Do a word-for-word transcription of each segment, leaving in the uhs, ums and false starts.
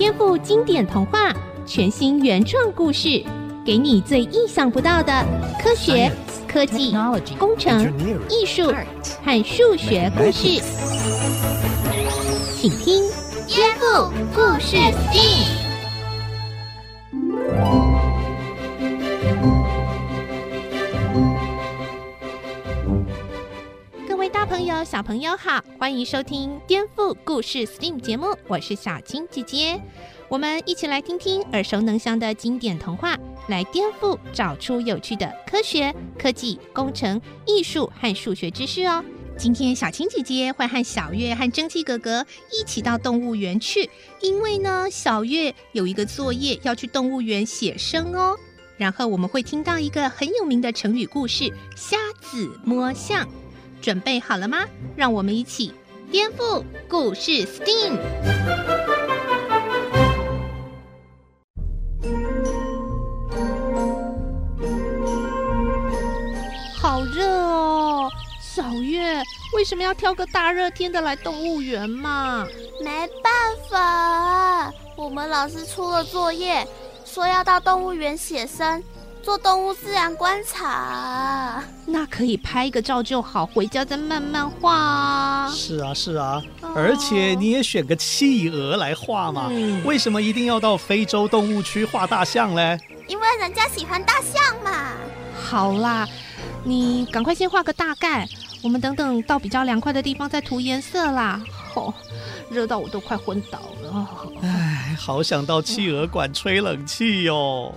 颠覆经典童话，全新原创故事，给你最意想不到的科学、科技、工程、艺术和数学故事。请听《颠覆故事 S T E A M》。各位大朋友、小朋友好，欢迎收听《颠覆故事 S T E A M》节目，我是小青姐姐。我们一起来听听耳熟能详的经典童话，来颠覆，找出有趣的科学、科技、工程、艺术和数学知识哦。今天小青姐姐会和小月和蒸汽哥哥一起到动物园去，因为呢，小月有一个作业要去动物园写生哦。然后我们会听到一个很有名的成语故事“瞎子摸象”，准备好了吗？让我们一起颠覆故事 S T E A M。好热哦，小月，为什么要挑个大热天的来动物园嘛？ 没办法，我们老师出了作业，说要到动物园写生，做动物自然观察。 那可以拍个照就好，回家再慢慢画啊。 是啊是啊、哦、而且你也选个企鹅来画嘛、嗯、为什么一定要到非洲动物区画大象嘞？ 因为人家喜欢大象嘛。 好啦，你赶快先画个大概，我们等等到比较凉快的地方再涂颜色啦。哦，热到我都快昏倒了。 哎，好想到企鹅馆吹冷气哦。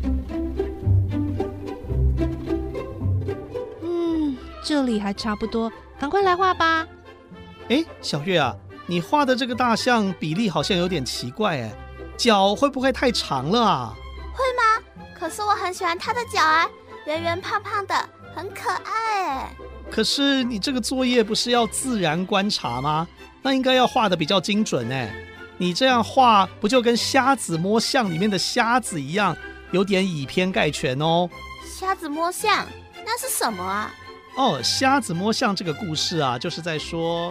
嗯，这里还差不多，赶快来画吧。 哎，小月啊，你画的这个大象比例好像有点奇怪哎，脚会不会太长了啊？ 会吗？可是我很喜欢它的脚啊，圆圆胖胖的，很可爱哎。 可是你这个作业不是要自然观察吗？那应该要画得比较精准哎。你这样画不就跟瞎子摸象里面的瞎子一样，有点以偏概全哦。 瞎子摸象，那是什么啊？ 哦，瞎子摸象这个故事啊，就是在说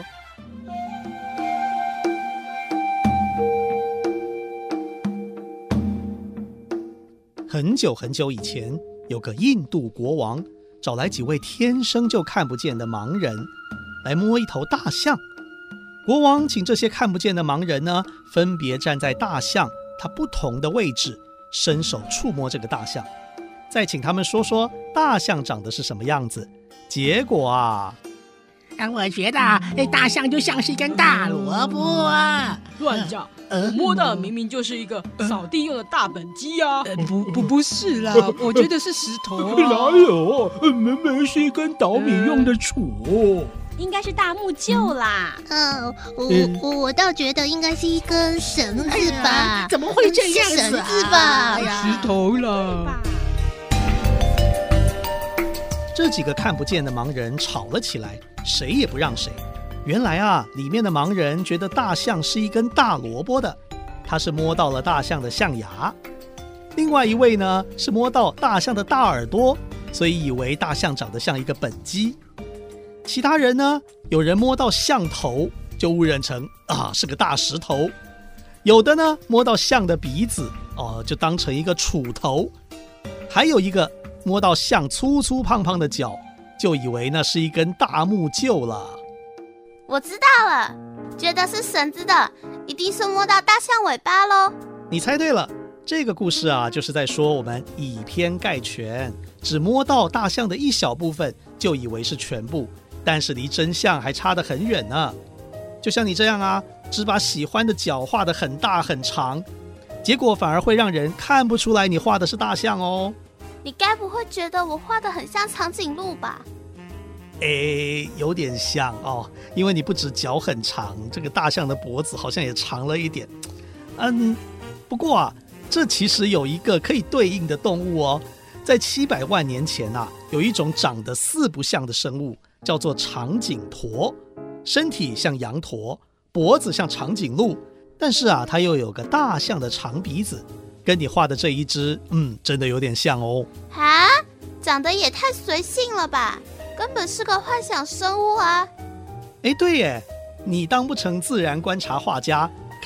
很久很久以前，有个印度国王找来几位天生就看不见的盲人来摸一头大象。国王请这些看不见的盲人呢，分别站在大象它不同的位置，伸手触摸这个大象，再请他们说说大象长得是什么样子。结果啊， 我觉得大象就像是一根大萝卜啊！ 乱讲！我摸的明明就是一个扫地用的大本机啊！ 呃、不不不是啦，我觉得是石头、啊。 哪有？明明是一根捣米用的杵。 应该是大木臼啦。 嗯、呃，我我倒觉得应该是一根绳子吧？ 哎、怎么会这样子、啊？ 绳子吧？ 石头啦。 这几个看不见的盲人吵了起来，谁也不让谁。原来啊，里面的盲人觉得大象是一根大萝卜的，他是摸到了大象的象牙。另外一位呢，是摸到大象的大耳朵，所以以为大象长得像一个本鸡。其他人呢，有人摸到象头，就误认成啊是个大石头；有的呢，摸到象的鼻子，哦，就当成一个杵头；还有一个摸到象粗粗胖胖的脚，就以为那是一根大木臼了。 我知道了，觉得是绳子的，一定是摸到大象尾巴咯。 你猜对了，这个故事啊，就是在说我们以偏概全，只摸到大象的一小部分，就以为是全部，但是离真相还差得很远呢。就像你这样啊，只把喜欢的脚画得很大很长，结果反而会让人看不出来你画的是大象哦。 你该不会觉得我画得很像长颈鹿吧？ 诶，有点像哦，因为你不止脚很长，这个大象的脖子好像也长了一点。嗯，不过啊，这其实有一个可以对应的动物哦。在七百万年前啊，有一种长得四不像的生物，叫做长颈驼，身体像羊驼，脖子像长颈鹿，但是啊，它又有个大象的长鼻子，跟你画的这一只，嗯，真的有点像哦。 啊，长得也太随性了吧！根本是个幻想生物啊！ 哎，对耶，你当不成自然观察画家，可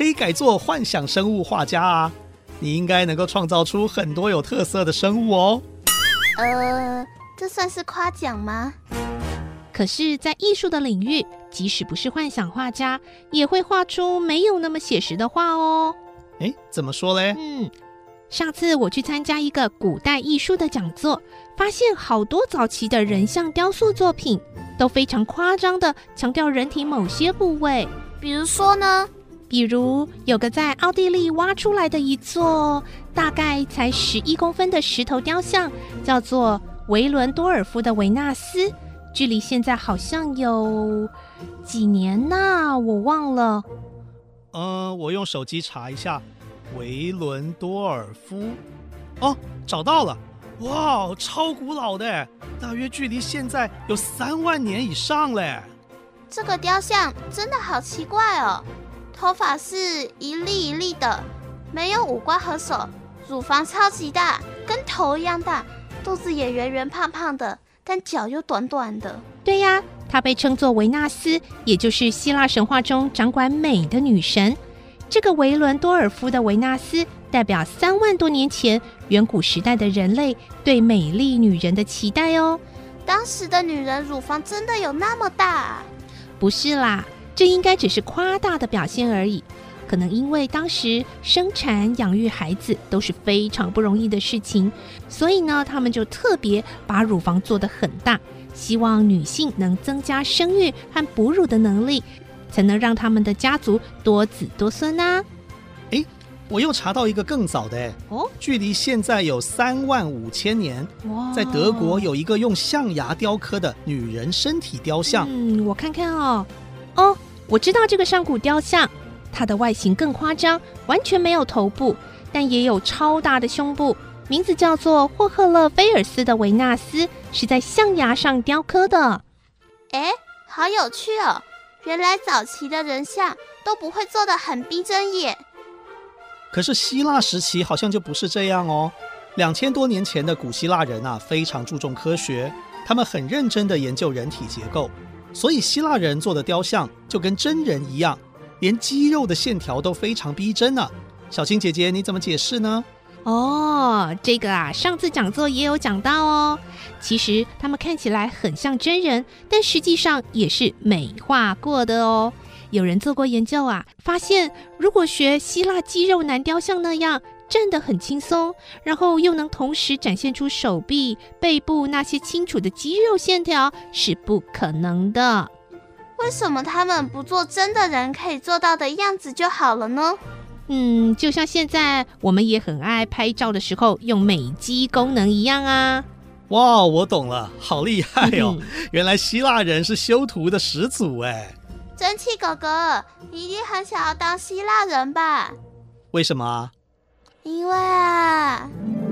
可以改做幻想生物画家啊！你应该能够创造出很多有特色的生物哦。 呃，这算是夸奖吗？ 可是，在艺术的领域，即使不是幻想画家，也会画出没有那么写实的画哦。 诶，怎么说嘞？ 嗯，上次我去参加一个古代艺术的讲座，发现好多早期的人像雕塑作品都非常夸张的强调人体某些部位。 比如说呢？ 比如有个在奥地利挖出来的一座大概才十一公分的石头雕像，叫做维伦多尔夫的维纳斯，距离现在好像有几年呐，我忘了。 呃，我用手机查一下，维伦多尔夫。哦，找到了！哇，超古老的，大约距离现在有三万年以上嘞。 这个雕像真的好奇怪哦，头发是一粒一粒的，没有五官和手，乳房超级大，跟头一样大，肚子也圆圆胖胖的，但脚又短短的。 对呀，她被称作维纳斯，也就是希腊神话中掌管美的女神。这个维伦多尔夫的维纳斯代表三万多年前远古时代的人类对美丽女人的期待哦。 当时的女人乳房真的有那么大啊？ 不是啦，这应该只是夸大的表现而已。可能因为当时生产养育孩子都是非常不容易的事情，所以呢，他们就特别把乳房做得很大，希望女性能增加生育和哺乳的能力，才能让他们的家族多子多孙啊。 诶，我又查到一个更早的，哦，距离现在有三万五千年。哇，在德国有一个用象牙雕刻的女人身体雕像。 嗯，我看看哦。哦，我知道这个上古雕像，它的外形更夸张，完全没有头部，但也有超大的胸部。名字叫做霍赫勒菲尔斯的维纳斯，是在象牙上雕刻的。 诶，好有趣哦！原来早期的人像都不会做得很逼真耶。 可是希腊时期好像就不是这样哦。两千多年前的古希腊人啊，非常注重科学，他们很认真地研究人体结构，所以希腊人做的雕像就跟真人一样，连肌肉的线条都非常逼真呢、啊。小青姐姐，你怎么解释呢？ 哦，这个啊，上次讲座也有讲到哦。其实他们看起来很像真人，但实际上也是美化过的哦。有人做过研究啊，发现如果学希腊肌肉男雕像那样站得很轻松，然后又能同时展现出手臂、背部那些清楚的肌肉线条，是不可能的。 为什么他们不做真的人可以做到的样子就好了呢？ 嗯，就像现在我们也很爱拍照的时候用美肌功能一样啊。 哇，我懂了，好厉害哦！嗯、原来希腊人是修图的始祖哎。 蒸汽哥哥，你一定很想要当希腊人吧？ 为什么啊？ 因为啊……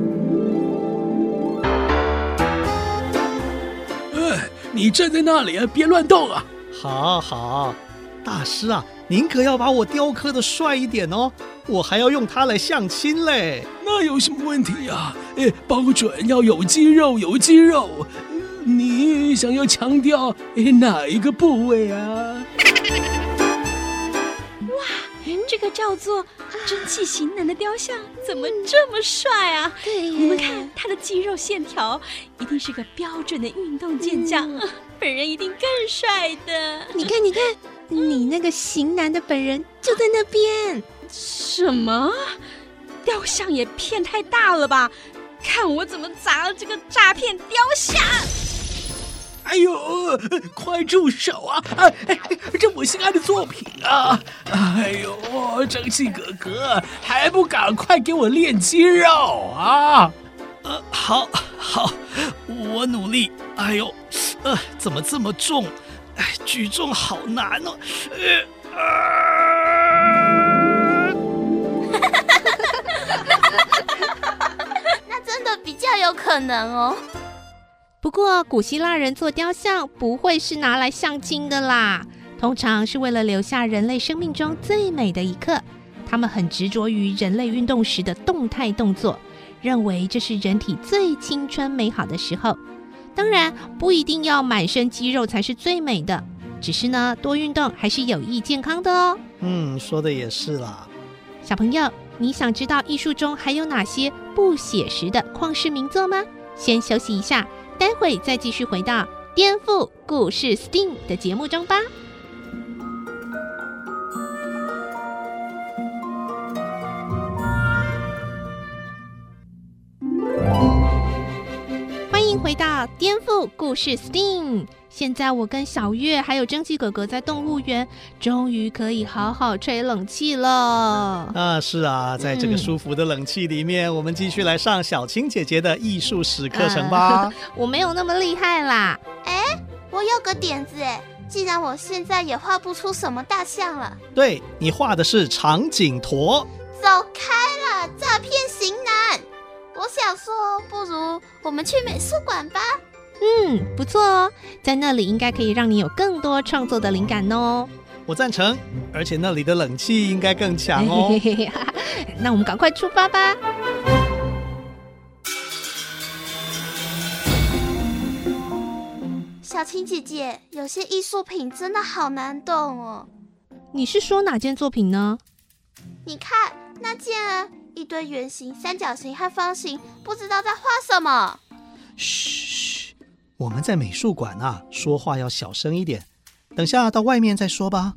哎，你站在那里啊，别乱动啊！ 好好，大师啊，您可要把我雕刻的帅一点哦，我还要用它来相亲嘞。 那有什么问题啊？哎，包准要有肌肉，有肌肉。你想要强调哪一个部位啊？ 哇，这个叫做蒸汽型男的雕像怎么这么帅啊？你们看他的肌肉线条，一定是个标准的运动健将，嗯、本人一定更帅的。 你看，你看，你那个型男的本人就在那边。 什么？雕像也骗太大了吧？看我怎么砸了这个诈骗雕像！ 哎呦，快住手啊！哎，这我心爱的作品啊！哎呦，蒸汽哥哥，还不赶快给我练肌肉啊！ 呃，好，好，我努力。哎呦，呃，怎么这么重？哎，举重好难哦。呃啊、那真的比较有可能哦。 不过古希腊人做雕像不会是拿来相亲的啦，通常是为了留下人类生命中最美的一刻。他们很执着于人类运动时的动态动作，认为这是人体最青春美好的时候。当然不一定要满身肌肉才是最美的，只是呢，多运动还是有益健康的哦。 嗯，说的也是啦。 小朋友，你想知道艺术中还有哪些不写实的旷世名作吗？先休息一下，待会再继续回到颠覆故事 S T E A M 的节目中吧。欢迎回到颠覆故事 S T E A M。现在我跟小月还有蒸汽哥哥在动物园，终于可以好好吹冷气了。 啊，是啊，在这个舒服的冷气里面，嗯、我们继续来上小青姐姐的艺术史课程吧。 呃、我没有那么厉害啦。 哎，我有个点子哎，既然我现在也画不出什么大象了， 对，你画的是长颈驼。 走开了，诈骗型男！我想说，不如我们去美术馆吧。 嗯，不错哦，在那里应该可以让你有更多创作的灵感哦。 我赞成，而且那里的冷气应该更强哦。 嘿嘿嘿嘿，那我们赶快出发吧。 小青姐姐，有些艺术品真的好难懂哦。 你是说哪件作品呢？ 你看那件啊，一堆圆形、三角形和方形，不知道在画什么。 嘘，我们在美术馆啊，说话要小声一点，等下到外面再说吧。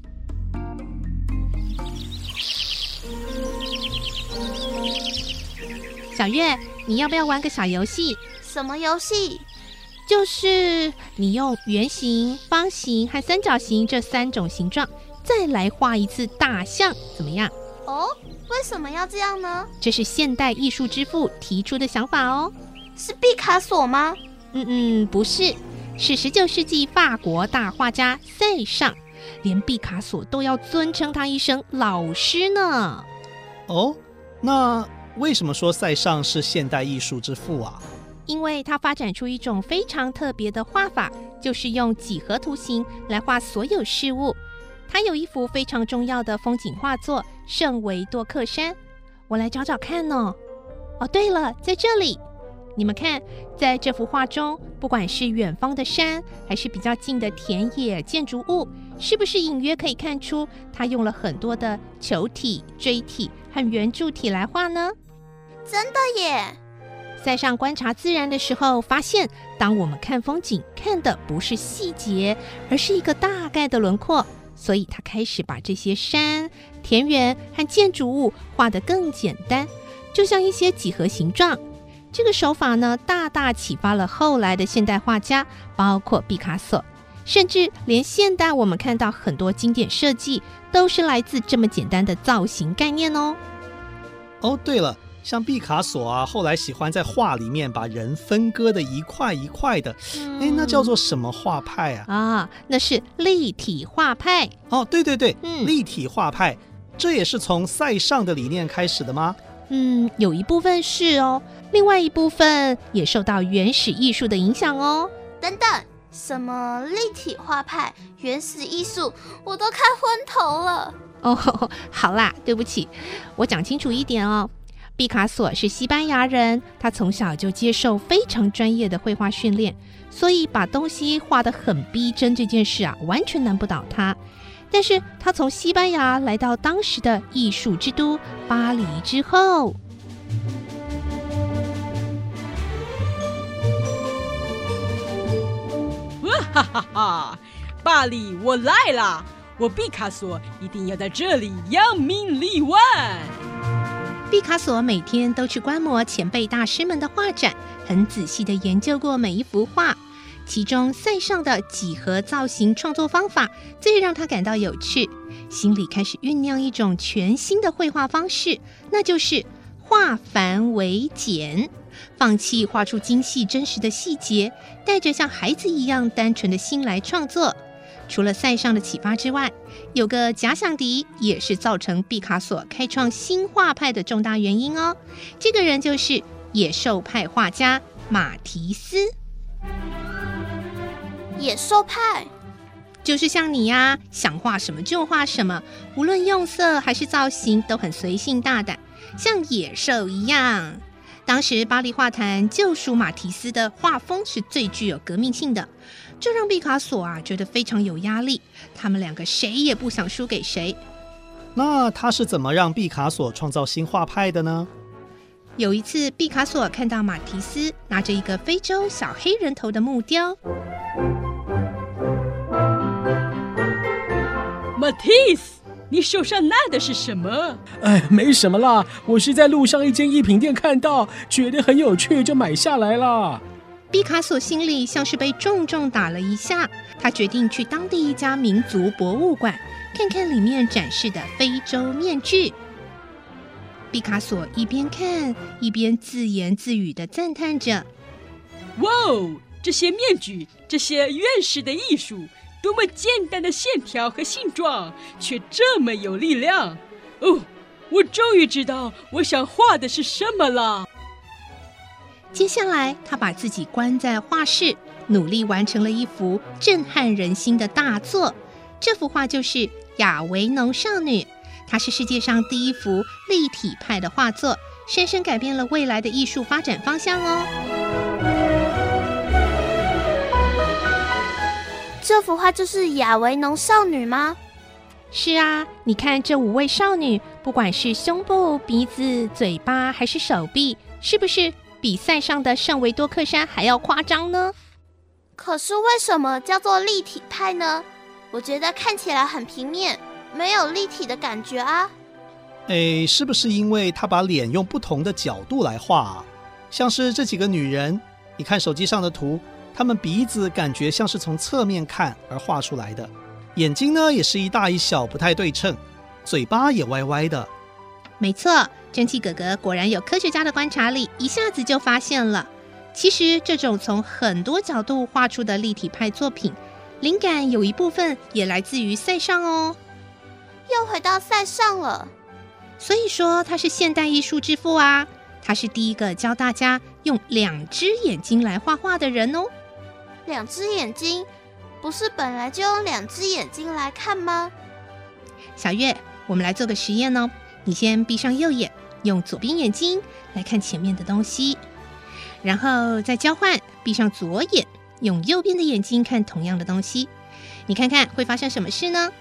小月，你要不要玩个小游戏？ 什么游戏？ 就是你用圆形、方形和三角形这三种形状，再来画一次大象，怎么样？ 哦，为什么要这样呢？ 这是现代艺术之父提出的想法哦。 是毕卡索吗？ 嗯嗯，不是，是十九世纪法国大画家塞尚，连毕卡索都要尊称他一声老师呢。 哦，那为什么说塞尚是现代艺术之父啊？ 因为他发展出一种非常特别的画法，就是用几何图形来画所有事物。他有一幅非常重要的风景画作《圣维多克山》，我来找找看哦。哦，对了，在这里。你们看，在这幅画中，不管是远方的山，还是比较近的田野建筑物，是不是隐约可以看出他用了很多的球体、锥体和圆柱体来画呢？ 真的耶！ 塞尚观察自然的时候，发现当我们看风景，看的不是细节，而是一个大概的轮廓，所以他开始把这些山、田园和建筑物画得更简单，就像一些几何形状。这个手法呢，大大启发了后来的现代画家，包括毕卡索，甚至连现代我们看到很多经典设计，都是来自这么简单的造型概念哦。 哦，对了，像毕卡索啊，后来喜欢在画里面把人分割的一块一块的，哎、嗯，那叫做什么画派啊？ 啊，那是立体画派。 哦，对对对， 嗯， 立体画派，这也是从塞尚的理念开始的吗？ 嗯，有一部分是哦，另外一部分也受到原始艺术的影响哦。 等等，什么立体画派、原始艺术，我都看昏头了。 哦，好啦，对不起，我讲清楚一点哦。毕卡索是西班牙人，他从小就接受非常专业的绘画训练，所以把东西画得很逼真这件事啊，完全难不倒他。但是他从西班牙来到当时的艺术之都巴黎之后， 哇哈哈哈！巴黎，我来啦！我毕卡索一定要在这里扬名立万。 毕卡索每天都去观摩前辈大师们的画展，很仔细地研究过每一幅画。其中塞尚的几何造型创作方法最让他感到有趣，心里开始酝酿一种全新的绘画方式，那就是化繁为简，放弃画出精细真实的细节，带着像孩子一样单纯的心来创作。除了塞尚的启发之外，有个假想敌也是造成毕卡索开创新画派的重大原因哦。这个人就是野兽派画家马提斯。 野兽派就是像你呀、啊，想画什么就画什么，无论用色还是造型都很随性大胆，像野兽一样。当时巴黎画坛就属马提斯的画风是最具有革命性的，这让毕卡索啊觉得非常有压力，他们两个谁也不想输给谁。 那他是怎么让毕卡索创造新画派的呢？ 有一次，毕卡索看到马提斯拿着一个非洲小黑人头的木雕。 马蒂斯，你手上拿的是什么？ 哎，没什么啦，我是在路上一间艺品店看到，觉得很有趣，就买下来啦。 毕卡索心里像是被重重打了一下，他决定去当地一家民族博物馆，看看里面展示的非洲面具。毕卡索一边看一边自言自语地赞叹着：“ 哇哦，这些面具，这些原始的艺术，多么简单的线条和形状，却这么有力量！哦，我终于知道我想画的是什么了。” 接下来，他把自己关在画室，努力完成了一幅震撼人心的大作。这幅画就是《亚维农少女》，它是世界上第一幅立体派的画作，深深改变了未来的艺术发展方向哦。 这幅画就是亚维农少女吗？ 是啊，你看这五位少女，不管是胸部、鼻子、嘴巴还是手臂，是不是比赛上的圣维多克山还要夸张呢？ 可是为什么叫做立体派呢？我觉得看起来很平面，没有立体的感觉啊。 诶，是不是因为他把脸用不同的角度来画啊？像是这几个女人，你看手机上的图，她们鼻子感觉像是从侧面看而画出来的，眼睛呢也是一大一小，不太对称，嘴巴也歪歪的。 没错，蒸汽哥哥果然有科学家的观察力，一下子就发现了。其实这种从很多角度画出的立体派作品，灵感有一部分也来自于塞尚哦。 又回到塞尚了。 所以说他是现代艺术之父啊，他是第一个教大家用两只眼睛来画画的人哦。 两只眼睛？不是本来就用两只眼睛来看吗？ 小月，我们来做个实验哦。你先闭上右眼，用左边眼睛来看前面的东西，然后再交换，闭上左眼，用右边的眼睛看同样的东西。你看看会发生什么事呢？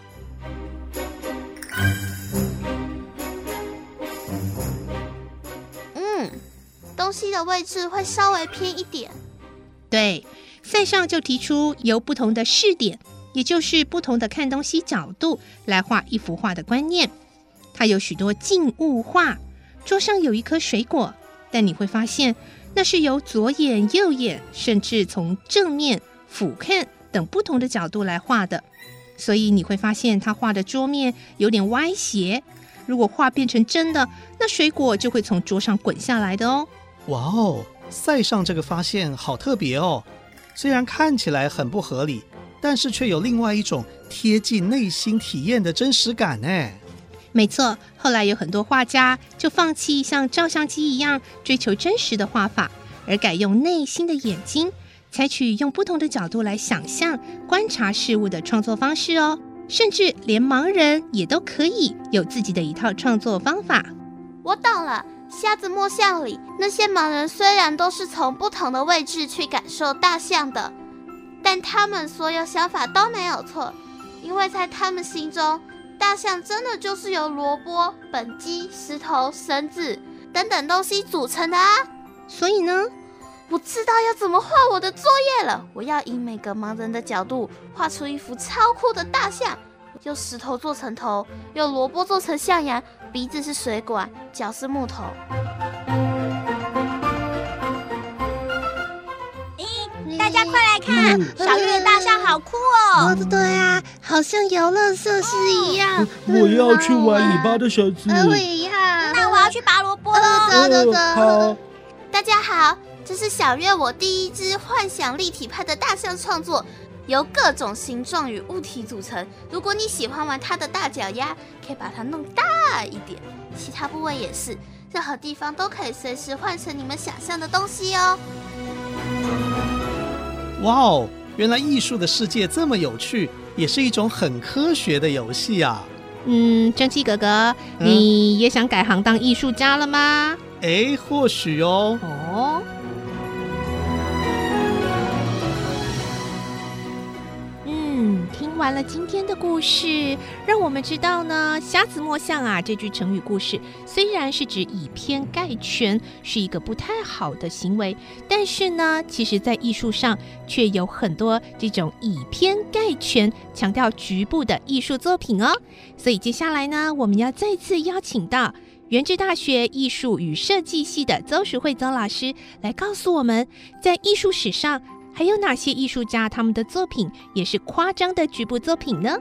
嗯，东西的位置会稍微偏一点。 对，塞尚就提出由不同的视点，也就是不同的看东西角度来画一幅画的观念。它有许多静物画，桌上有一颗水果，但你会发现那是由左眼、右眼，甚至从正面、俯瞰等不同的角度来画的。所以你会发现他画的桌面有点歪斜，如果画变成真的，那水果就会从桌上滚下来的哦。 哇哦，塞尚这个发现好特别哦，虽然看起来很不合理，但是却有另外一种贴近内心体验的真实感呢。 没错，后来有很多画家就放弃像照相机一样追求真实的画法，而改用内心的眼睛，采取用不同的角度来想象、观察事物的创作方式哦。甚至连盲人也都可以有自己的一套创作方法。 我懂了，瞎子摸象里那些盲人虽然都是从不同的位置去感受大象的，但他们所有想法都没有错，因为在他们心中，大象真的就是由萝卜、本鸡、石头、绳子等等东西组成的啊。 所以呢， 我知道要怎么画我的作业了。我要以每个盲人的角度画出一幅超酷的大象，用石头做成头，用萝卜做成象牙，鼻子是水管，脚是木头。 大家快来看， 嗯小月的大象好酷哦！ 哦，对啊，好像游乐设施一样。 我要去玩尾巴的小子。 呃我也要。 那我要去拔萝卜喽！ 走走走。 好。 大家好，这是小月我第一支幻想立体派的大象创作，由各种形状与物体组成。如果你喜欢玩它的大脚丫，可以把它弄大一点，其他部位也是，任何地方都可以随时换成你们想象的东西哦。 哇哦，原来艺术的世界这么有趣，也是一种很科学的游戏啊。 嗯，蒸汽哥哥， 嗯你也想改行当艺术家了吗？ 哎，或许哦。 哦，嗯，听完了今天的故事，让我们知道呢，瞎子摸象啊这句成语故事虽然是指以偏概全，是一个不太好的行为，但是呢，其实在艺术上却有很多这种以偏概全、强调局部的艺术作品哦。所以接下来呢，我们要再次邀请到元智大学艺术与设计系的邹淑慧邹老师来告诉我们，在艺术史上还有哪些艺术家他们的作品也是夸张的局部作品呢？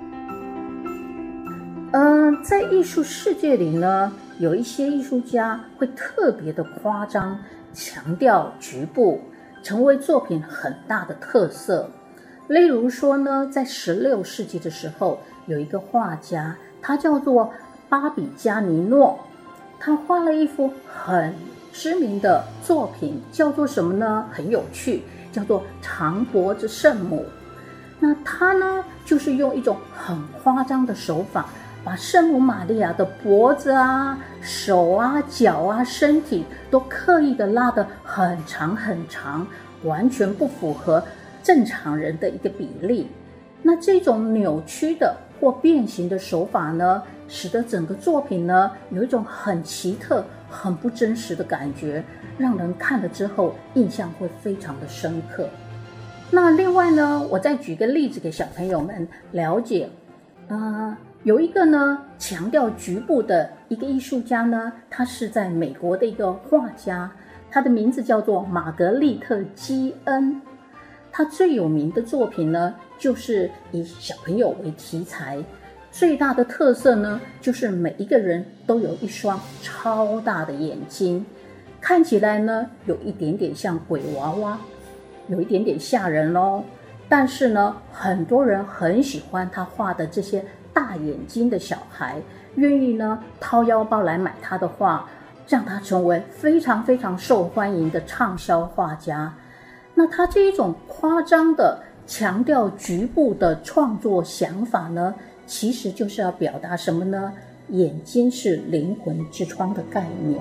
嗯、呃，在艺术世界里呢，有一些艺术家会特别的夸张，强调局部，成为作品很大的特色。例如说呢，在十六世纪的时候，有一个画家，他叫做巴比加尼诺，他画了一幅很知名的作品，叫做什么呢？很有趣，叫做长脖子圣母。那他呢，就是用一种很夸张的手法，把圣母玛利亚的脖子啊、手啊、脚啊、身体都刻意的拉得很长很长，完全不符合正常人的一个比例。那这种扭曲的或变形的手法呢，使得整个作品呢有一种很奇特、很不真实的感觉，让人看了之后印象会非常的深刻。那另外呢，我再举个例子给小朋友们了解。呃，有一个呢强调局部的一个艺术家呢，他是在美国的一个画家，他的名字叫做玛格丽特·基恩。他最有名的作品呢，就是以小朋友为题材，最大的特色呢，就是每一个人都有一双超大的眼睛，看起来呢有一点点像鬼娃娃，有一点点吓人咯。但是呢，很多人很喜欢他画的这些大眼睛的小孩，愿意呢掏腰包来买他的画，让他成为非常非常受欢迎的畅销画家。那他这一种夸张的强调局部的创作想法呢，其实就是要表达什么呢？眼睛是灵魂之窗的概念。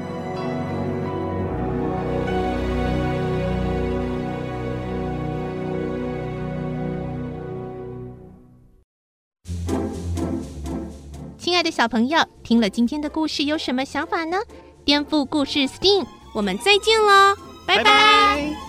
亲爱的小朋友，听了今天的故事有什么想法呢？颠覆故事 S T E A M， 我们再见喽，拜拜。拜拜。